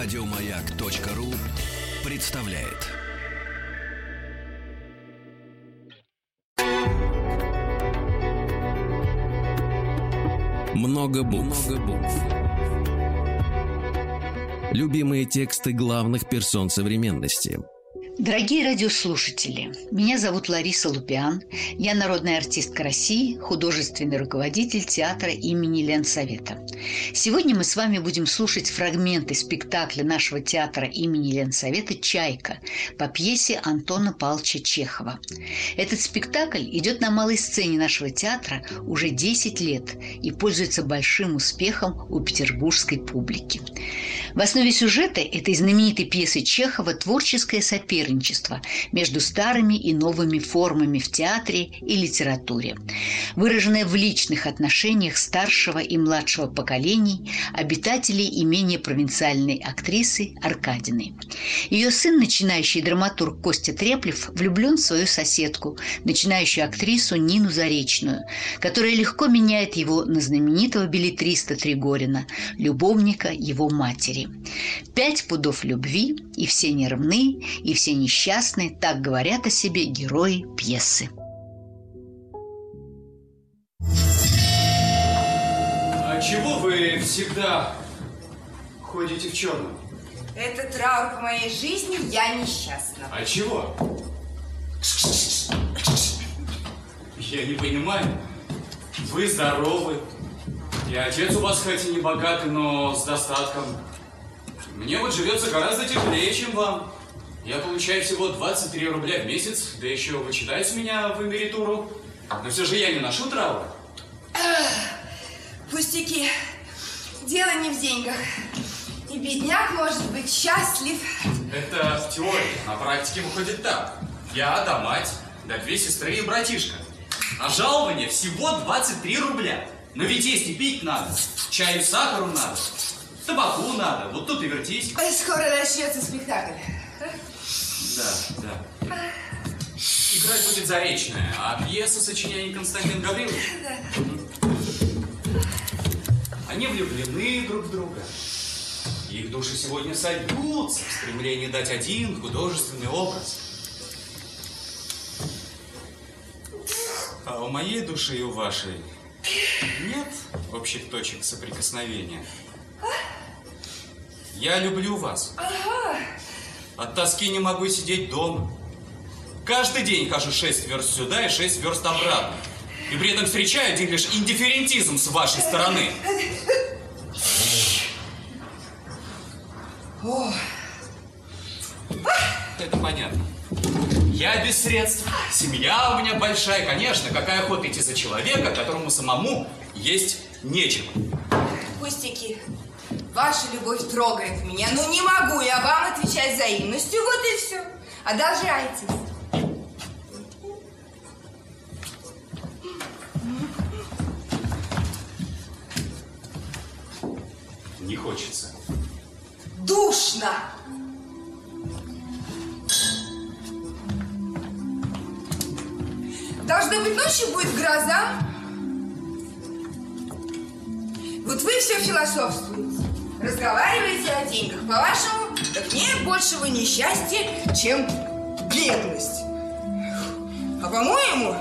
Радиомаяк.ру представляет. Много букв. Любимые тексты главных персон современности. Дорогие радиослушатели, меня зовут Лариса Лупиан, я народная артистка России, художественный руководитель театра имени Ленсовета. Сегодня мы с вами будем слушать фрагменты спектакля нашего театра имени Ленсовета «Чайка» по пьесе Антона Павловича Чехова. Этот спектакль идет на малой сцене нашего театра уже 10 лет и пользуется большим успехом у петербургской публики. В основе сюжета этой знаменитой пьесы Чехова творческое соперничество между старыми и новыми формами в театре и литературе, выраженное в личных отношениях старшего и младшего поколений, обитателей имения провинциальной актрисы Аркадиной. Ее сын, начинающий драматург Костя Треплев, влюблен в свою соседку, начинающую актрису Нину Заречную, которая легко меняет его на знаменитого беллетриста Тригорина, любовника его матери. 5 пудов любви, и все нервны, и все несчастны, так говорят о себе герои пьесы. А чего вы всегда ходите в черном? Это траур по моей жизни, я несчастна. А чего? Я не понимаю. Вы здоровы. И отец у вас хоть и не богатый, но с достатком. Мне вот живется гораздо тяжелее, чем вам. Я получаю всего 23 рубля в месяц, да еще вычитают с меня в эмеритуру. Но все же я не ношу траур. Пустяки. Дело не в деньгах. И бедняк может быть счастлив. Это в теории. На практике выходит так. Я, да мать, да 2 сестры и братишка. А жалование всего 23 рубля. Но ведь есть и пить надо. Чаю, сахару надо. Табаку надо. Вот тут и вертись. Скоро начнется спектакль. Да. Играть будет Заречная, а пьеса сочинения Константина Гаврилова. Да. Они влюблены друг в друга. Их души сегодня сойдутся в стремлении дать один художественный образ. А у моей души и у вашей нет общих точек соприкосновения. Я люблю вас. От тоски не могу сидеть дома. Каждый день хожу 6 верст сюда и 6 верст обратно. И при этом встречаю один лишь индифферентизм с вашей стороны. Это понятно. Я без средств, семья у меня большая. Конечно, какая охота идти за человека, которому самому есть нечего. Пустяки. Ваша любовь трогает меня, но не могу я вам отвечать взаимностью, вот и все. Одолжайтесь. Не хочется. Душно. Должно быть, ночью будет гроза. Вот вы все философствуете. Разговариваете о деньгах. По-вашему, так нет большего несчастья, чем бедность. А по-моему,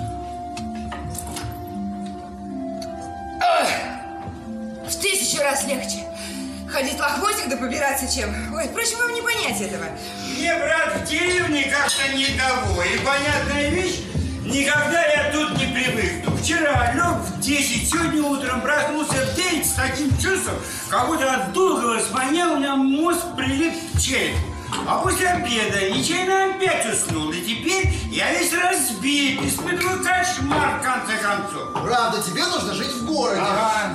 в 1000 раз легче ходить лохмотик да побираться, чем... Ой, впрочем, вам не понять этого. Мне, брат, в деревне как-то не того. И понятная вещь, никогда я тут не привыкну. Вчера лег в 10, сегодня утром проснулся в 9 с таким чувством, как будто от долгого спания у меня мозг прилип к черепу. А после обеда нечаянно опять уснул. И теперь я весь разбит, испытываю кошмар в конце концов. Правда, тебе нужно жить в городе. Ага.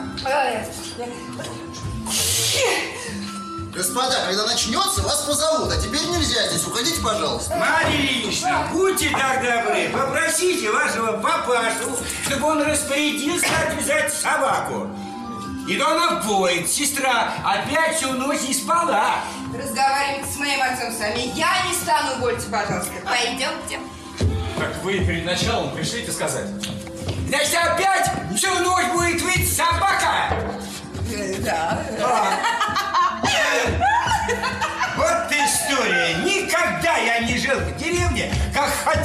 Господа, когда начнется, вас позовут, а теперь нельзя здесь. Уходите, пожалуйста. Марья Ильинична, будьте так добры, попросите вашего папашу, чтобы он распорядился отвязать собаку. И то она воет, сестра опять всю ночь не спала. Разговаривайте с моим отцом сами. Я не стану, увольте, пожалуйста. Пойдемте. Так вы перед началом пришлите сказать. Значит, опять всю ночь будет выть собака. Да.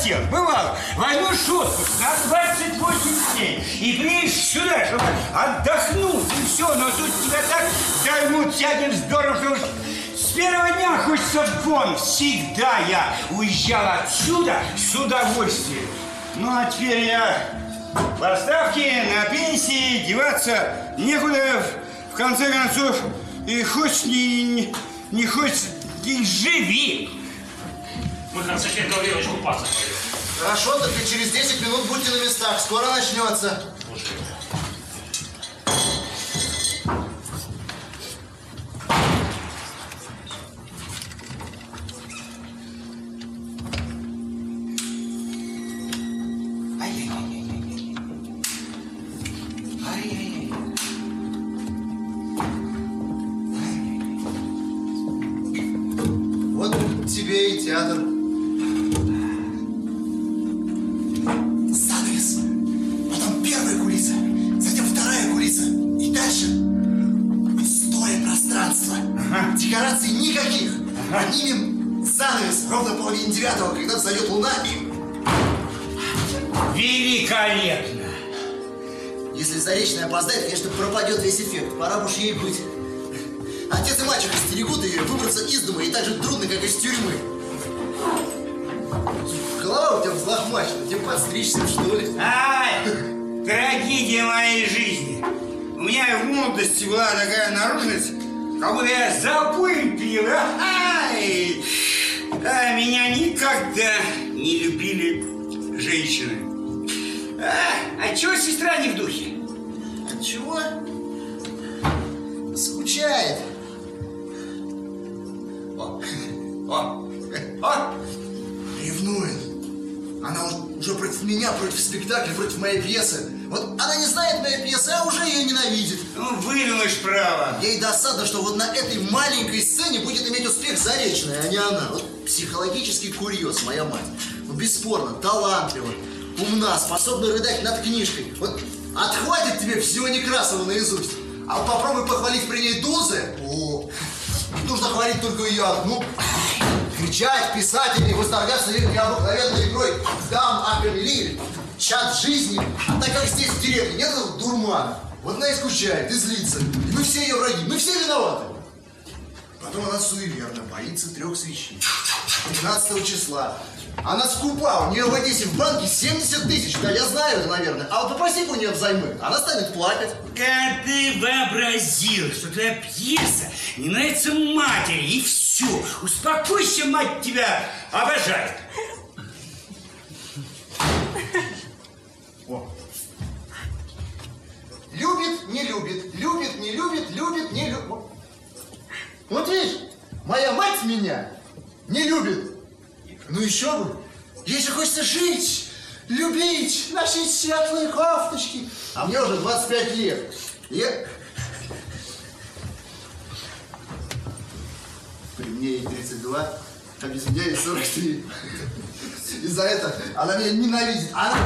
хотел, бывало, возьмешь отпуск на 28 дней и приедешь сюда, чтобы отдохнуть, и все, но тут тебя так займут всяким здорово, что уж с первого дня хочется вон. Всегда я уезжал отсюда с удовольствием. Ну, а теперь я в отставке, на пенсии, деваться некуда, в конце концов, и хоть не хоть и живи. Мы, как совсем Гаврилович, купаться пойдем. Хорошо, только через 10 минут будьте на местах. Скоро начнется. Вот тебе и театр. Занавес. Потом первая кулиса, затем вторая кулиса. И дальше пустое пространство. Декораций никаких. Поднимем занавес ровно в 8:30, когда взойдет луна и... Великолепно! Если Заречная опоздает, конечно, пропадет весь эффект. Пора бы уж ей быть. Отец и мачеха стерегут ее выбраться из дома и так же трудно, как из тюрьмы. Голова у тебя взлохмачена, тебе подстричься, что ли? Ай, трагедия моей жизни. У меня в молодости была такая наружность, как будто я запой пил, ай! А меня никогда не любили женщины. А чего сестра не в духе? От чего? Скучает. Ревнует. Она уже против меня, против спектакля, против моей пьесы. Вот она не знает моей пьесы, а уже ее ненавидит. Ну, выдумаешь право. Ей досадно, что вот на этой маленькой сцене будет иметь успех Заречная, а не она. Вот психологический курьез, моя мать. Ну, бесспорно, талантлива, умна, способна рыдать над книжкой. Вот отхватит тебе всего Некрасова наизусть. А вот попробуй похвалить при ней Дузе. О, нужно хвалить только ее одну. Кричать, писать или восторгаться необыкновенной игрой дам Акамели, чат жизни. А так как здесь в деревне нет этого дурмана, вот она и скучает, и злится. И мы все ее враги, мы все виноваты. Потом она суеверна, боится 3 свечей. 15 числа. Она скупа, у нее в Одессе в банке 70 тысяч. Да, я знаю это, наверное. А вот попроси у нее взаймы, она станет плакать. Как ты вообразил, что твоя пьеса не нравится матери, и все. Успокойся, мать тебя обожает. О. Любит, не любит, любит, не любит, любит, не любит. Вот видишь, моя мать меня не любит. Ну еще бы, ей же хочется жить, любить, носить светлые кофточки. А мне уже 25 лет. При мне ей 32, а без меня ей 43. И за это она меня ненавидит.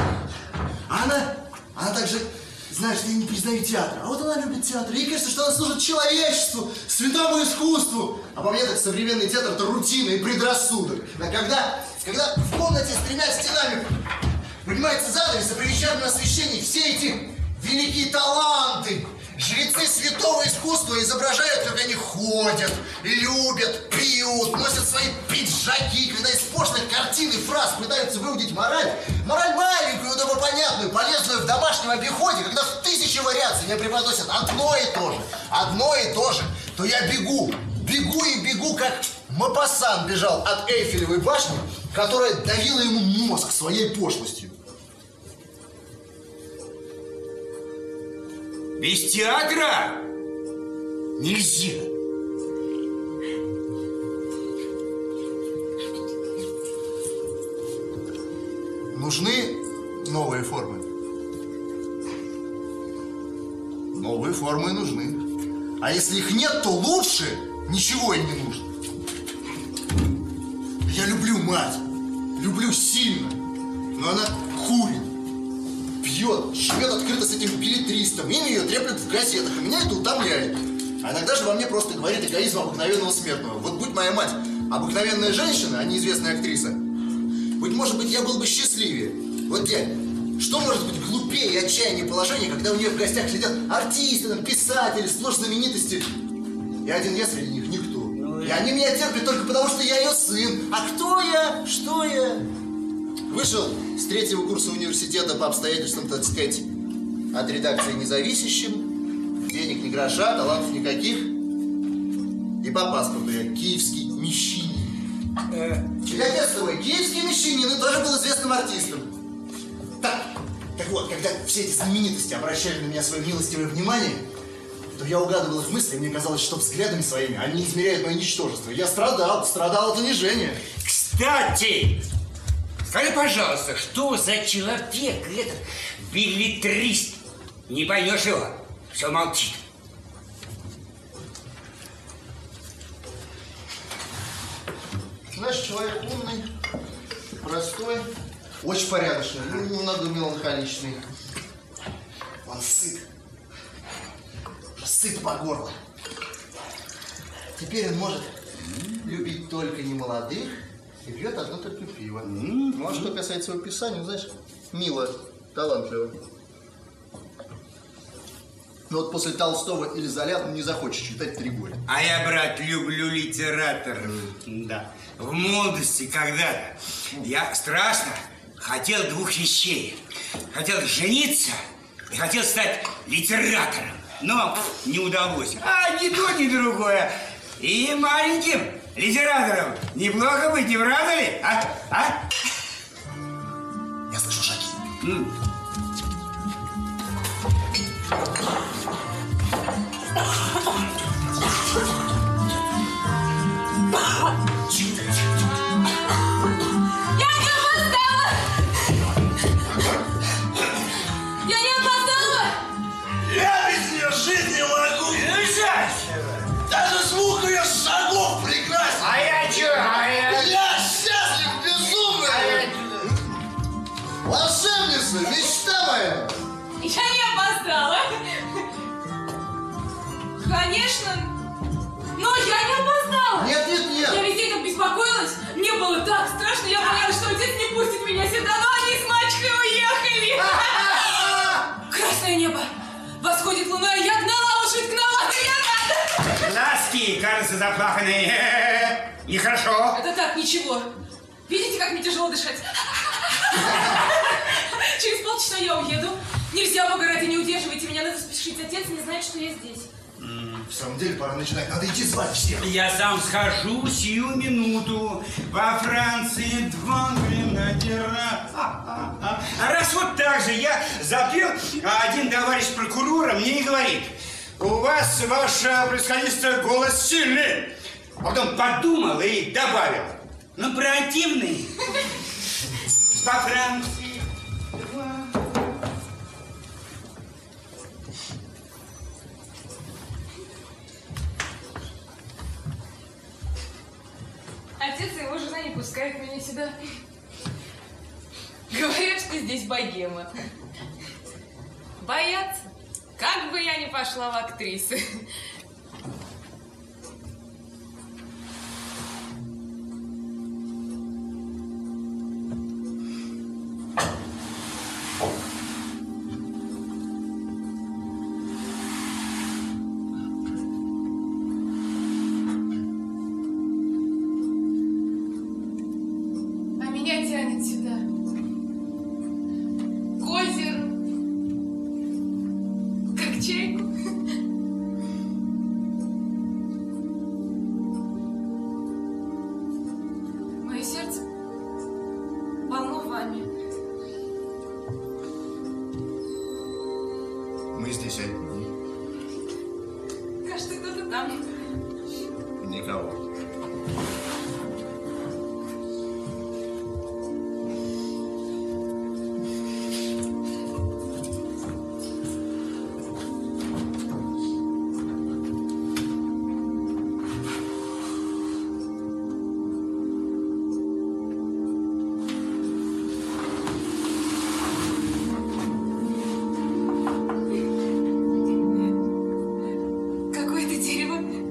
Она также, знаешь, я не признаю театр. А вот она любит театр. Ей кажется, что она служит человечеству, святому искусству. А по мне так современный театр — это рутина и предрассудок. А когда в комнате с 3 стенами поднимается занавес, и при вечернем освещении все эти великие таланты, жрецы святого искусства изображают, как они ходят, любят, пьют, носят свои пиджаки, когда из пошлых картин и фраз пытаются выудить мораль маленькую, удобопонятную, полезную в домашнем обиходе, когда в 1000 вариаций мне преподносят одно и то же, то я бегу, как Мопассан бежал от Эйфелевой башни, которая давила ему мозг своей пошлостью. Без театра нельзя. Нужны новые формы. Новые формы нужны. А если их нет, то лучше ничего и не нужно. Я люблю мать. Люблю сильно. Но она курит, пьет, живет открыто с этим билетристом. Имя ее треплет в газетах. И меня это утомляет. А иногда же во мне просто говорит эгоизм обыкновенного смертного. Вот будь моя мать обыкновенная женщина, а не известная актриса, может быть, я был бы счастливее. Вот, дядь, что может быть глупее и отчаяннее положения, когда у нее в гостях сидят артисты, там, писатели, сплошь знаменитости, и один я среди них никто. И они меня терпят только потому, что я ее сын. А кто я? Что я? Вышел с 3-го курса университета по обстоятельствам, так сказать, от редакции независящим. Денег ни гроша, талантов никаких. И по паспорту я киевский мещанин. И отец твой, киевский мещанин, и тоже был известным артистом. Так вот, когда все эти знаменитости обращали на меня свое милостивое внимание, то я угадывал их мысли, и мне казалось, что взглядами своими они измеряют мое ничтожество. Я страдал от унижения. Кстати, скажи, пожалуйста, что за человек этот билетрист? Не поймешь его, все молчит. Знаешь, человек умный, простой, очень порядочный, немного меланхоличный. Он сыт. Сыт по горло. Теперь он может любить только немолодых и пьет одно только пиво. Ну, а что касается его писания, знаешь, мило, талантливо. Но вот после Толстого или Золя он не захочет читать 3 года. А я, брат, люблю литераторов. Да. В молодости когда-то я страшно хотел 2 вещей. Хотел жениться и хотел стать литератором. Но не удалось. А ни то, ни другое. И маленьким литератором неплохо быть, не правда ли? А? Я слышу шаги. Я без нее жить не могу. Даже звук ее шагов прекрасен. А я чё? Я счастлив, безумный. Волшебница, мечта моя. Я не опоздала. Конечно. Но я не опоздала. Нет. Я везде так беспокоилась. Мне было так страшно. Я боялась, что отец не пустит меня сюда. Но они с мачехой уехали. Красное небо. Восходит луна, и я гнала лошадь, гнала. Глазки, кажется, заплаканные. Нехорошо. Это так, ничего. Видите, как мне тяжело дышать? Через полчаса я уеду. Нельзя, Бога ради, не удерживайте меня. Надо спешить. Отец не знает, что я здесь. В самом деле пора начинать. Надо идти звать всех. Я сам схожу сию минуту. Во Франции 2 гренадера. А раз вот так же я запил, а один товарищ прокурора мне и говорит: у вас, ваше происходительство, голос сильный. А потом подумал и добавил: ну, противный. Во Франции 2. Отец и его жена не пускают меня сюда. Говорят, что здесь богема. Боятся. Как бы я ни пошла в актрисы. Мы здесь одни. Кажется, кто-то там. Никого.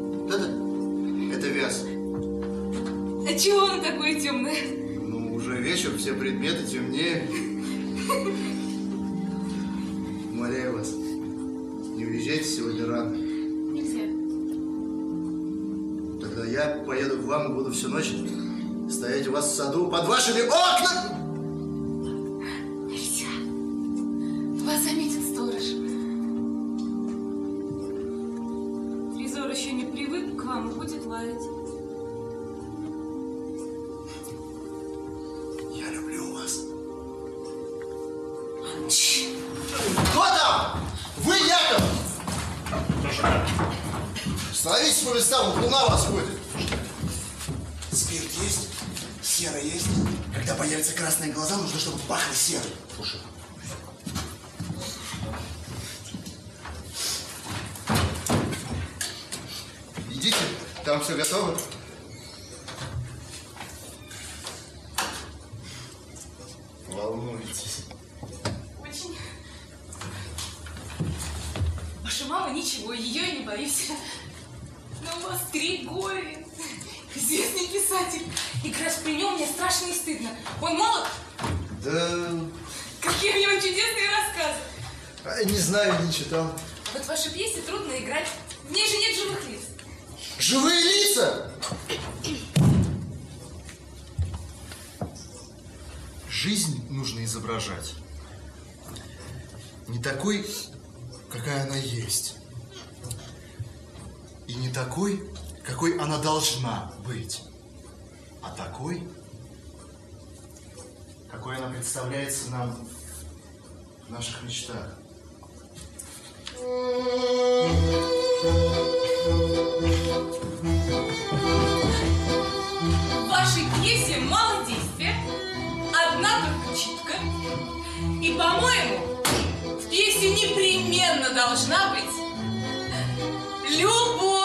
Чего оно такое темное? Ну, уже вечер. вечер, все предметы темнее. Умоляю вас, не уезжайте сегодня рано. Нельзя. Тогда я поеду к вам и буду всю ночь стоять у вас в саду под вашими окнами. Нельзя. Вас заметит сторож. Трезор еще не привык к вам и будет лаять. Я люблю вас. Кто там? Вы, Яков? Точно так. Становитесь по местам, луна вас ходит. Спирт есть? Сера есть? Когда появятся красные глаза, нужно, чтобы пахли серой. Слушай. Идите, там все готово. Волнуетесь. Очень. Ваша мама ничего, ее я не боюсь. Но у вас Григорий, известный писатель. Играть при нем мне страшно и стыдно. Он молод? Да... Какие у него чудесные рассказы. Не знаю, не читал. Вот в вашей пьесе трудно играть. В ней же нет живых лиц. Живые лица! Жизнь нужно изображать. Не такой, какая она есть. И не такой, какой она должна быть. А такой, какой она представляется нам в наших мечтах. В вашей пьесе мало действия, одна только читка. И, по-моему, в пьесе непременно должна быть любовь.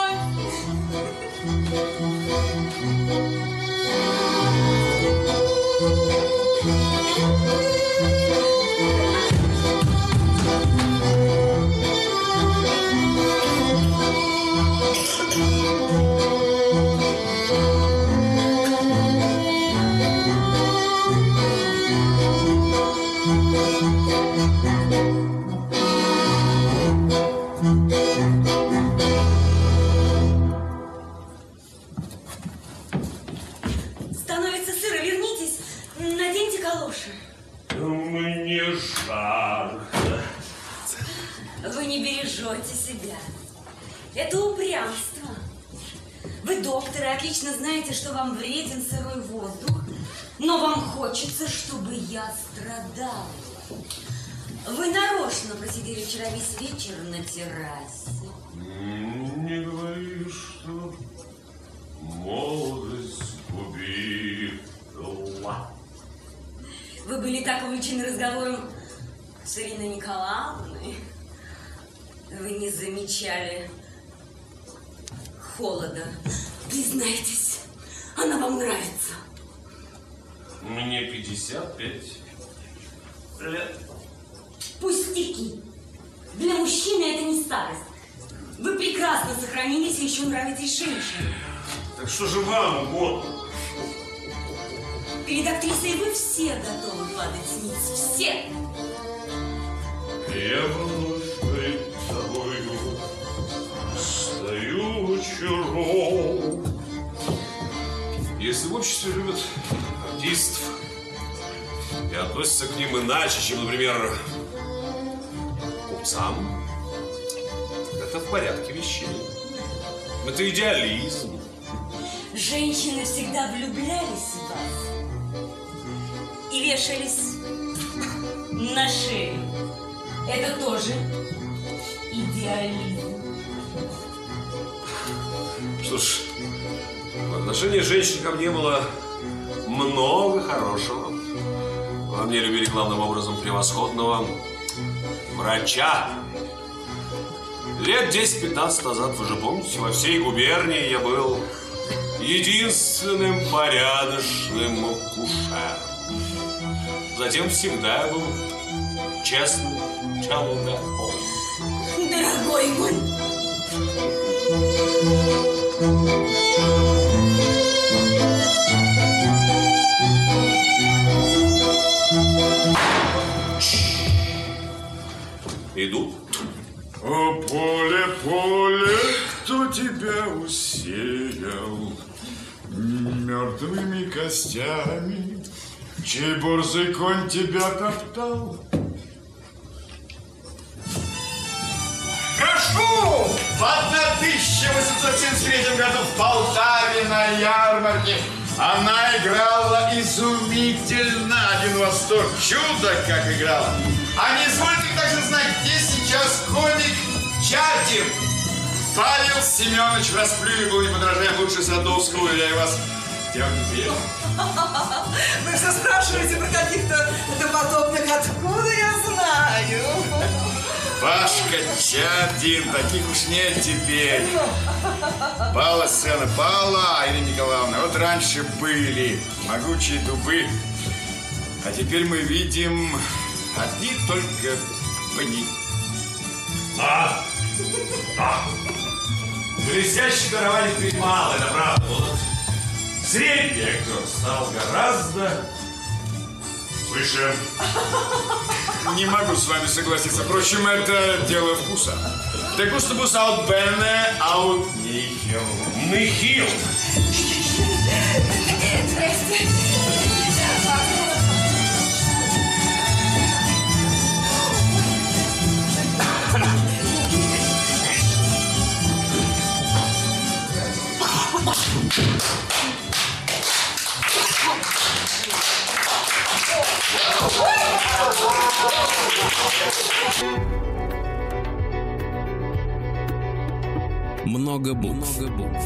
Становится сыро, вернитесь, наденьте калоши. Мне жарко. Вы не бережете себя. Это упрямство. Вы, доктор, и отлично знаете, что вам вреден сырой воздух, но вам хочется, чтобы я страдала. Вы нарочно просидели вчера весь вечер на террасе. Не говори, что молодость губила. Вы были так увлечены разговором с Ириной Николаевной. Вы не замечали холода. Признайтесь, она вам нравится. Мне 55 лет. Пустяки. Для мужчины это не старость. Вы прекрасно сохранились и еще нравитесь женщине. Так что же вам угодно? Перед актрисой вы все готовы падать с ниц. Все. Я вновь перед тобою стою чужом. Если в обществе любят артистов и относятся к ним иначе, чем, например, к купцам, это в порядке вещей. Это идеализм. Женщины всегда влюблялись в вас и вешались на шею. Это тоже идеализм. Что ж, в отношении женщин ко мне было много хорошего. Во мне любили главным образом превосходного врача. Лет 10-15 назад, вы же помните, во всей губернии я был единственным порядочным акушером. Затем всегда я был честным человеком. Дорогой мой. идут. О, поле, поле, кто тебя усеял мертвыми костями, чей борзый конь тебя топтал? Прошу! В 1873 году в Полтаве на ярмарке она играла изумительно. Один восторг. Чудо, как играла. А не извольте также знать, где сейчас комик Чатин. Павел Семенович, расплюй, не подражаем лучше Садовского, уверяю вас. Где он теперь? Вы что спрашиваете про каких-то допотопных? Откуда я знаю? Пашка Чатин, таких уж нет теперь. Пала сцена, пала, Ирина Николаевна. Вот раньше были могучие дубы, а теперь мы видим одни только пни. Блестящий дарование перед мало, это правда. Вот средний актер стал гораздо выше. Не могу с вами согласиться. Впрочем, это дело вкуса. De gustibus aut bene, aut nihil. Нихил. Много букв.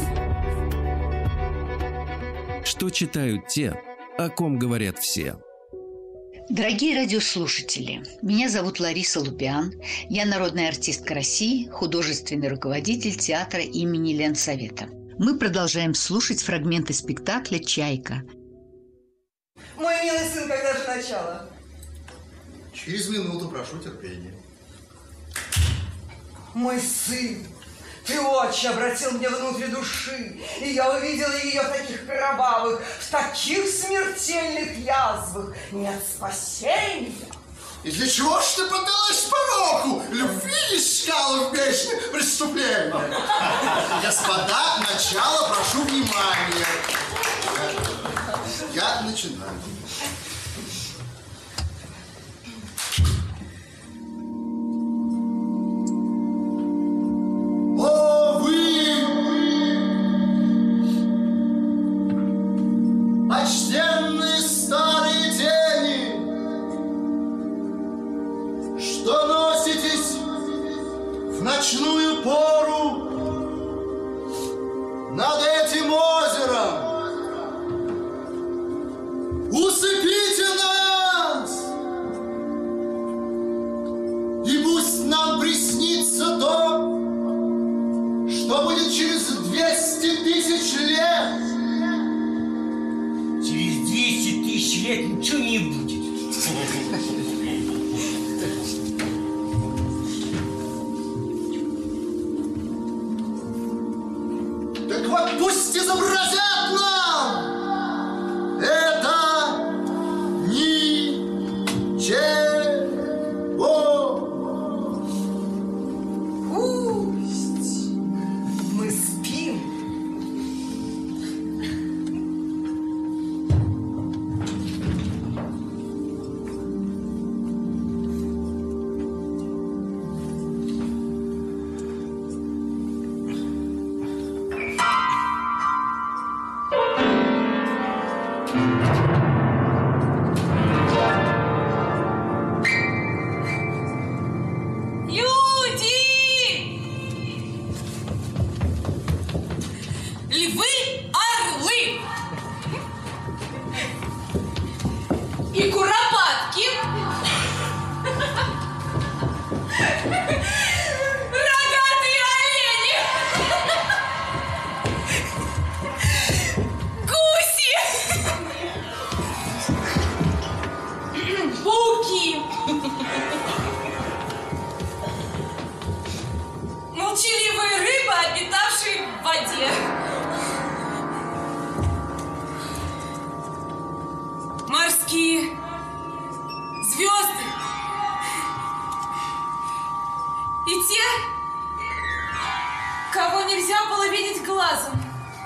Что читают те, о ком говорят все? Дорогие радиослушатели, меня зовут Лариса Лупиан. Я народная артистка России, художественный руководитель театра имени Ленсовета. Мы продолжаем слушать фрагменты спектакля «Чайка». Мой милый сын, когда же начало? Через минуту, прошу терпения. Мой сын, ты очень обратил мне внутрь души, и я увидела ее в таких кровавых, в таких смертельных язвах. Нет спасения. И для чего ж ты поддалась пороку? Любви искала в вечное преступление. Господа, начало, прошу внимания. Я начинаю. О, вы, почтенные старые тени, что носитесь в ночную пору над этим озером, усыпите нас, и пусть нам приснится то, что будет через 200 тысяч лет. Через 200 тысяч лет ничего не будет. Так вот, пусть изобразят нам это ничего. Пусть мы спим. И куропатки. Рогатые олени. Гуси. Пауки. Молчаливые рыбы, обитавшие в воде. Морские звезды, кого нельзя было видеть глазом.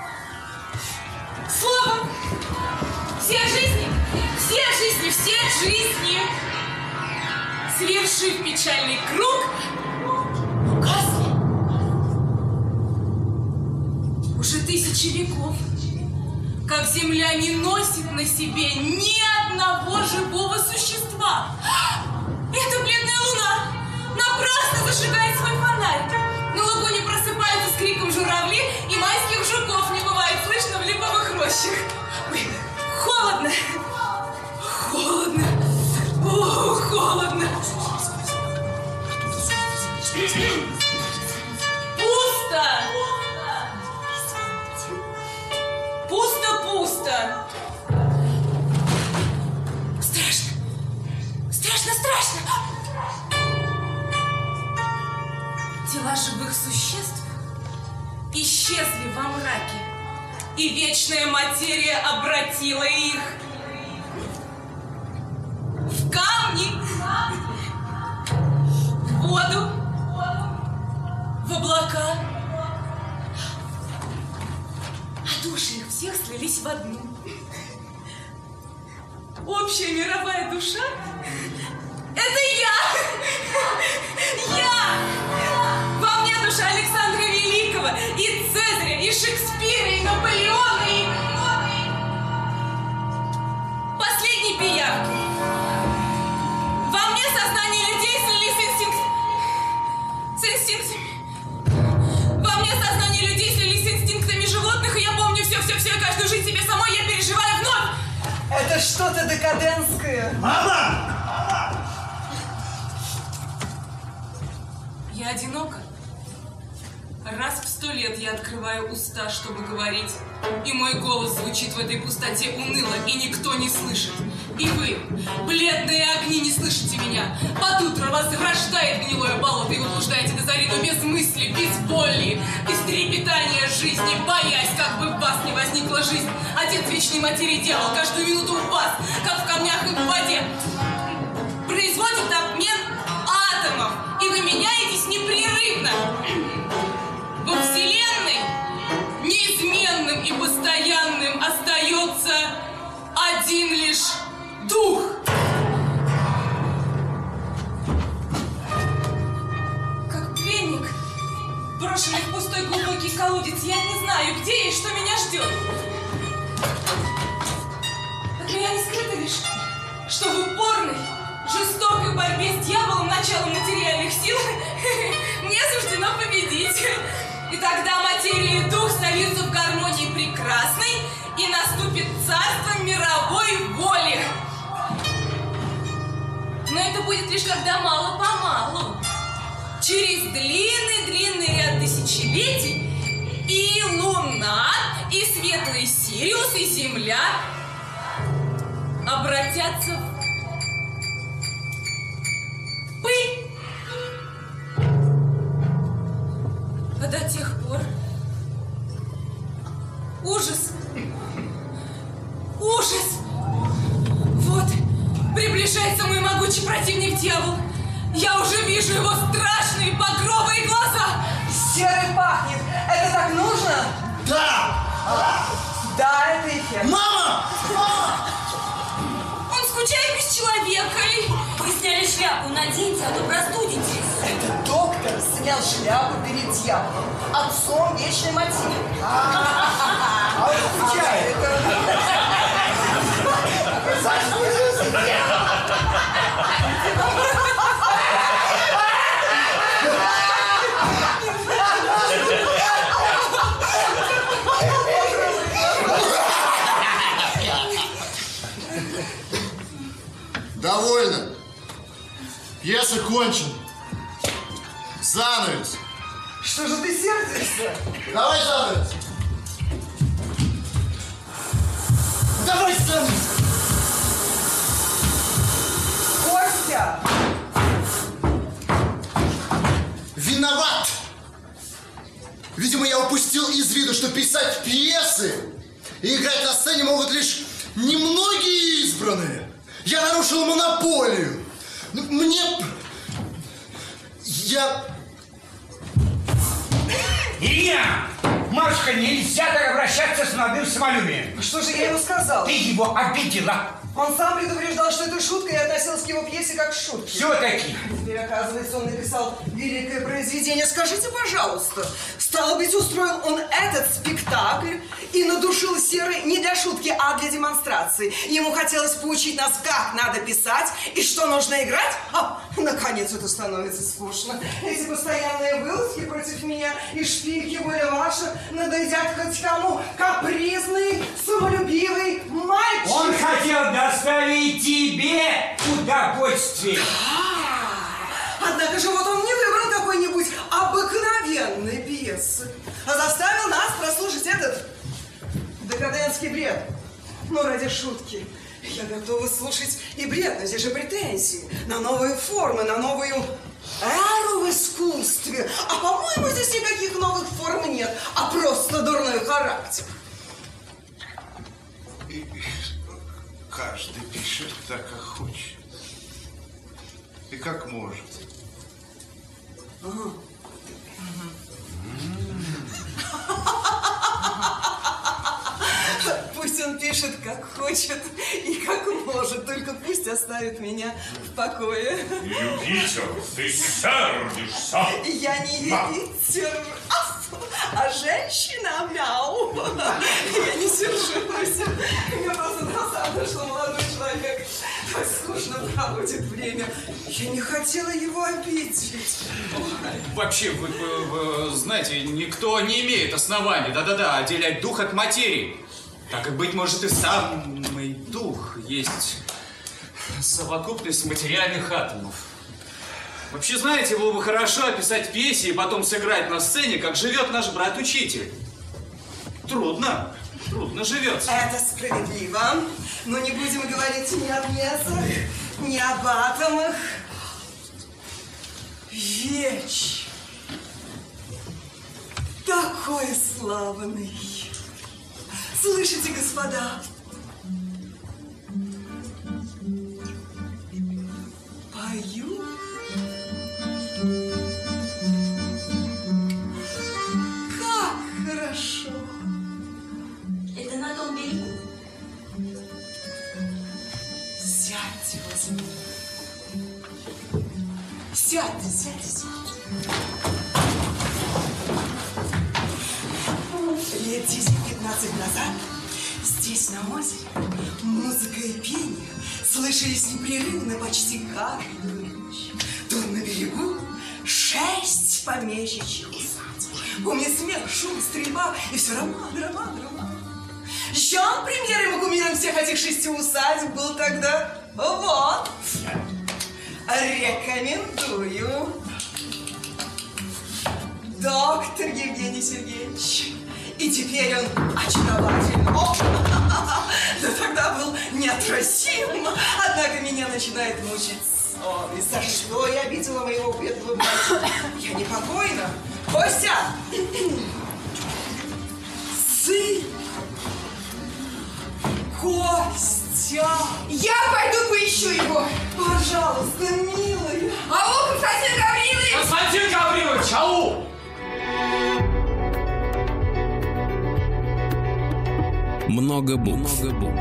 Словом, все жизни, свершив печальный круг, угасли. Уже 1000 веков, как земля не носит на себе ни одного живого существа. Это бледная луна напрасно зажигает свой фонарь. На лагуне просыпаются с криком журавли, и майских жуков не бывает слышно в липовых рощах. Ой, холодно. Холодно. О, холодно. Пусто. Пусто. Страшно. Страшно. Тела живых существ исчезли во мраке, и вечная материя обратила их в камни, в воду, в облака. А души их всех слились в одну. Общая мировая душа — это я! Во мне душа Александра Великого, и Цезаря, и Шекспира, и Наполеона, и последней пиявки. Во мне сознание людей слились с инстинктами. Во мне сознание людей слились с инстинктами животных, и я помню все, и каждую жизнь себе самой я переживаю вновь. Это что-то декадентское. Мама! Я одинока. Раз в 100 лет я открываю уста, чтобы говорить, и мой голос звучит в этой пустоте уныло, и никто не слышит. И вы, бледные огни, не слышите меня. Под утро вас рождает гнилое болото, и вы блуждаете до зари, но без мысли, без боли, без трепетания жизни, боясь, как бы в вас не возникла жизнь. Отец вечной материи дьявол каждую минуту в вас, как в камнях и в воде, производит обмен атомов, и вы меняетесь непрерывно. Во Вселенной неизменным и постоянным остается один лишь дух. Как пленник, брошенный в пустой глубокий колодец, я не знаю, где и что меня ждет. От меня не скрыто лишь, что в упорной, жестокой борьбе с дьяволом, началом материальных сил, мне суждено победить. И тогда материя и дух сольются в гармонии прекрасной, и наступит царство мировой воли. Но это будет лишь когда мало-помалу, через длинный ряд тысячелетий, и Луна, и светлый Сириус, и Земля обратятся в пыль. А до тех пор ужас. Вот, приближается мой могучий противник дьявол. Я уже вижу его страшные багровые глаза. Серый пахнет. Это так нужно? Да! Да, это эффект. Мама! Он скучает без человека. Вы сняли шляпу, наденьте, а то простудитесь. Этот доктор снял шляпу перед дьяволом, отцом вечной материи. А он скучает. Довольно. Пьеса кончена. Занавес. Что же ты сердишься? Давай занавес. Давай занавес. Костя! Виноват. Видимо, я упустил из виду, что писать пьесы и играть на сцене могут лишь немногие избранные. Я нарушил монополию. Ирина! Машка, нельзя так обращаться с молодым самолюбием. Что же я ему сказала? Ты его обидела. Он сам предупреждал, что это шутка, и относился к его пьесе как к шутке. Все-таки. Теперь, оказывается, он написал великое произведение. Скажите, пожалуйста, стало быть, устроил он этот спектакль и надушил серый не для шутки, а для демонстрации. Ему хотелось поучить нас, как надо писать и что нужно играть. Наконец, это становится скучно. Эти постоянные вылазки против меня и шпильки были ваши надоедят хоть кому. Капризный, самолюбивый мальчик. Он хотел доставить тебе удовольствие. Однако же вот он не выбрал какой-нибудь обыкновенной пьесы, а заставил нас прослушать этот декадентский бред. Ну, ради шутки. Я готова слушать и бред, но здесь же претензии на новые формы, на новую эру в искусстве. А по-моему, здесь никаких новых форм нет, а просто дурной характер. Каждый пишет так, как хочет. И как может. Пусть он пишет, как хочет и как может, только пусть оставит меня в покое. Юпитер, ты сердишься. Я не Юпитер, а женщина, мяу. Я не сержусь. Мне просто досадно, что молодой человек так скучно проводит время. Я не хотела его обидеть. Вообще, вы знаете, никто не имеет оснований, да-да-да, отделять дух от материи. Так как, быть может, и самый дух есть совокупность материальных атомов. Вообще, знаете, было бы хорошо описать в пьесе и потом сыграть на сцене, как живет наш брат-учитель. Трудно живется. Это справедливо. Но не будем говорить ни о пьесах, ни об атомах. Веч. Такой славный. Слышите, господа? Пою. Как хорошо. Это на том берегу. Сядьте возле меня. Сядьте. Лет 10-15 назад здесь, на озере, музыка и пение слышались непрерывно почти каждую ночь. Тут на берегу 6 помещичьих усадеб. Помню смех, шум, стрельба и все роман. Жан, примером и кумиром всех этих 6 усадеб был тогда вот. Рекомендую. Доктор Евгений Сергеевич. И теперь он очарователен. Да тогда был неотразим. Однако меня начинает мучить совесть. За что я обидела моего бедного мальчика? Я непокойна. Костя! Сын! Костя! Я пойду поищу его. Пожалуйста, милая. Ау, Константин Гаврилович! Константин Гаврилович, ау! Много букв.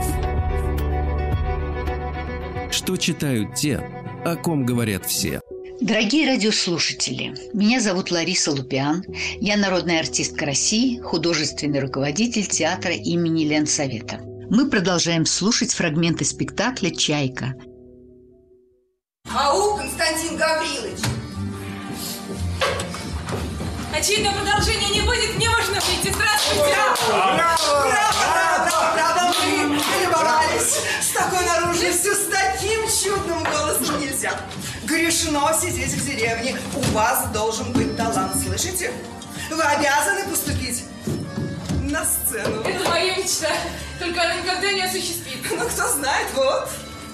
Что читают те, о ком говорят все. Дорогие радиослушатели, меня зовут Лариса Лупиан. Я народная артистка России, художественный руководитель театра имени Ленсовета. Мы продолжаем слушать фрагменты спектакля «Чайка». Ау, Константин Гаврилович! Очевидно, продолжения не будет, мне можно выйти. Здравствуйте! Правда, мы полюбовались. С такой наружностью, с таким чудным голосом нельзя. Грешно сидеть в деревне. У вас должен быть талант, слышите? Вы обязаны поступить на сцену. Это моя мечта, только она никогда не осуществится. Ну, кто знает, вот.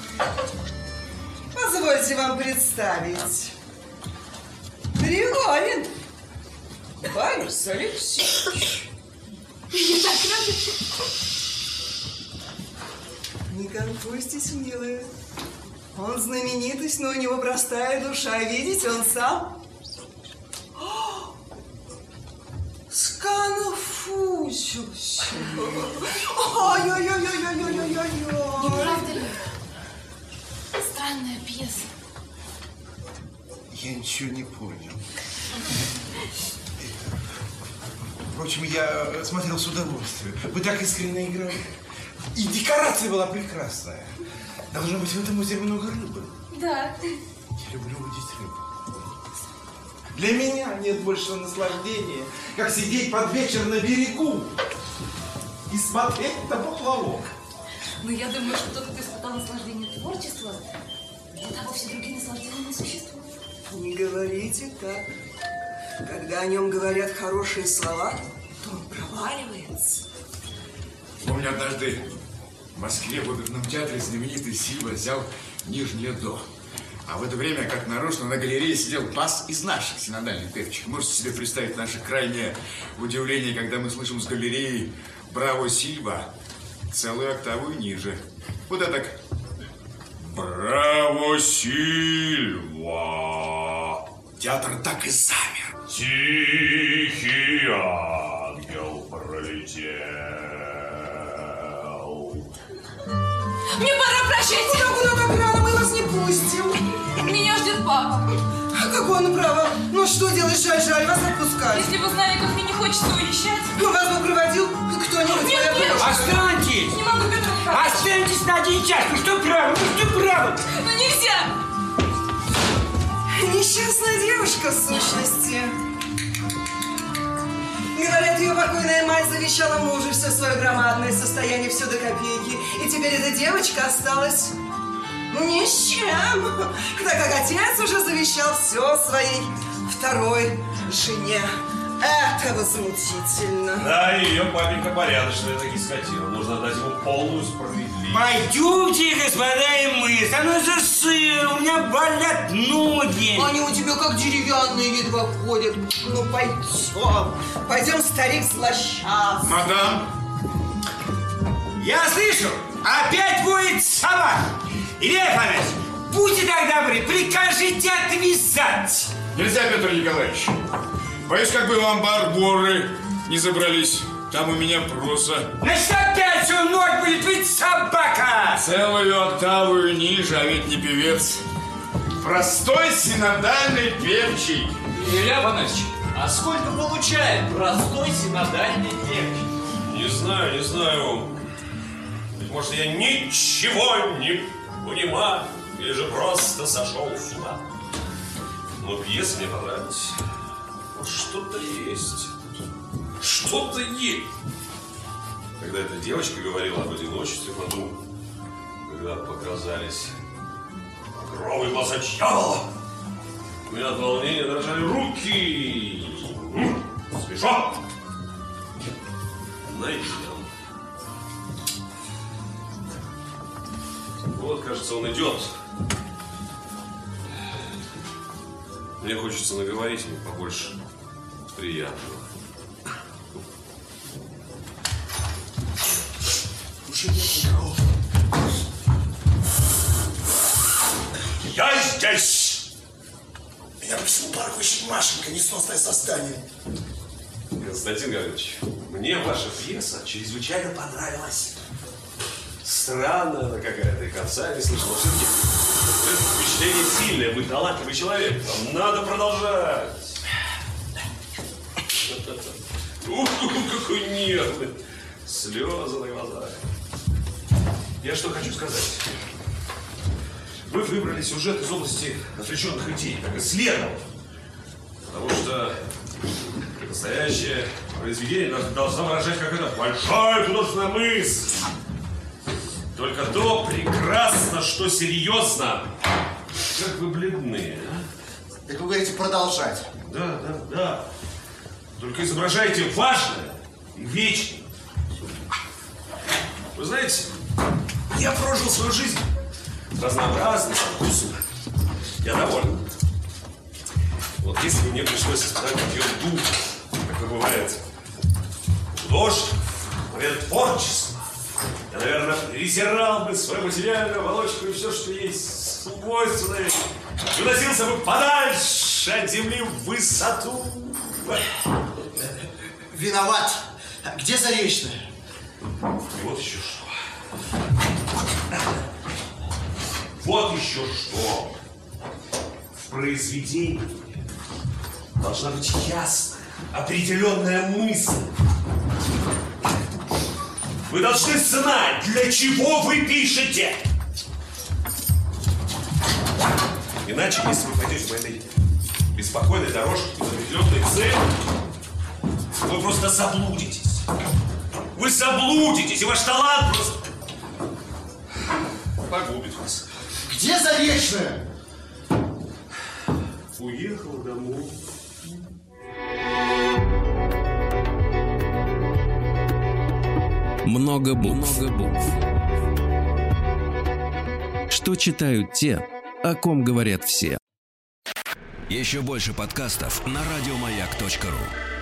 Позвольте вам представить. Григорий. Борис Алексеевич. Я так рада. Не конфузьтесь, милая. Он знаменитость, но у него простая душа. Видите, он сам ничего себе. Ой-ой-ой-ой-ой-ой-ой-ой. Не правда ли? Странная пьеса. Я ничего не понял. Впрочем, я смотрел с удовольствием. Вы так искренне играли. И декорация была прекрасная. Должно быть, в этом озере много рыбы. Да. Я люблю удить рыбу. Для меня нет большего наслаждения, как сидеть под вечер на берегу и смотреть на поплавок. Но я думаю, что тот, кто испытал наслаждение творчества, для того все другие наслаждения не существуют. Не говорите так. Когда о нем говорят хорошие слова, то он проваливается. Помню, однажды в Москве в оперном театре знаменитый Сильва взял нижнее до. А в это время, как нарочно, на галерее сидел бас из наших синодальных певчих. Можете себе представить наше крайнее удивление, когда мы слышим с галереи «Браво, Сильва!» целую октаву ниже. Вот это так. «Браво, Сильва!» Театр так и замер. Тихий ангел пролетел. Мне пора прощать. Куда так рано? Мы вас не пустим. Меня ждет папа. А какое он право? Ну что делать? Жаль, вас отпускать. Если бы знали, как мне не хочется уезжать. Вас бы проводил кто-нибудь. Нет. Останьтесь! Не могу, Петр Михайлович. Останьтесь на один час! Ну что право? Ну нельзя. Несчастная девушка, в сущности. Говорят, ее покойная мать завещала мужу все свое громадное состояние, все до копейки. И теперь эта девочка осталась ни с чем, так как отец уже завещал все своей второй жене. Это возмутительно. Да, ее папенька порядочная, таки скотина. Нужно дать ему полную справедливость. Пойдемте, господа, и мы. Со мной засыл, у меня болят ноги. Они у тебя как деревянные едва ходят. Ну, пойдем. Пойдем, старик злосчастный. Мадам, я слышу, опять воет собака. Илья Иванович, будьте так добры, прикажите отвязать. Нельзя, Петр Николаевич. Боюсь, как бы вам барборы не забрались. Там у меня проса. Значит, опять у ног будет быть собака! Целую октаву ниже, а ведь не певец. Простой синодальный певчий. Илья Иванович, а сколько получает простой синодальный певчий? Не знаю. Быть может, я ничего не понимаю, или же просто сошел с ума. Но пьеса мне понравилась. Вот что-то есть. Что-то есть. Когда эта девочка говорила об одиночестве, потом, когда показались багровые глаза дьявола, у меня от волнения дрожали руки. Смешно. Начнем. Вот, кажется, он идет. Мне хочется наговорить ему побольше приятного. Уже нет никого. Я здесь! Меня просил поручик Машенька, несносное создание. Константин Гаврилович, мне ваша пьеса чрезвычайно понравилась. Странная она какая-то, и конца не слышал. Но все-таки впечатление сильное, вы талантливый человек. Вам надо продолжать. Ух, какой нервный. Слезы на глазах. Я что хочу сказать. Вы выбрали сюжет из области отвлеченных идей, как и следовало. Потому что настоящее произведение должно выражать какая-то большая художественная мысль. Только то прекрасно, что серьезно. Как вы бледны, а? Так вы говорите продолжать. Да. Только изображайте важное и вечное. Вы знаете, я прожил свою жизнь разнообразной, со вкусом. Я доволен. Вот если бы мне пришлось испытать ее дух, как и бывает художник, наверное, творчество, я, наверное, презирал бы свою материальную оболочку и все, что есть свойственное, и уносился бы подальше от земли в высоту. Виноват. Где Заречная? Вот еще что. Вот еще что. В произведении должна быть ясная, определенная мысль. Вы должны знать, для чего вы пишете. Иначе, если вы пойдете по этой беспокойной дорожке без определенной цели, вы просто заблудитесь. Вы заблудитесь, и ваш талант просто погубит вас. Где Заречная? Уехала домой. Много букв. Что читают те, о ком говорят все. Еще больше подкастов на радиомаяк.ру.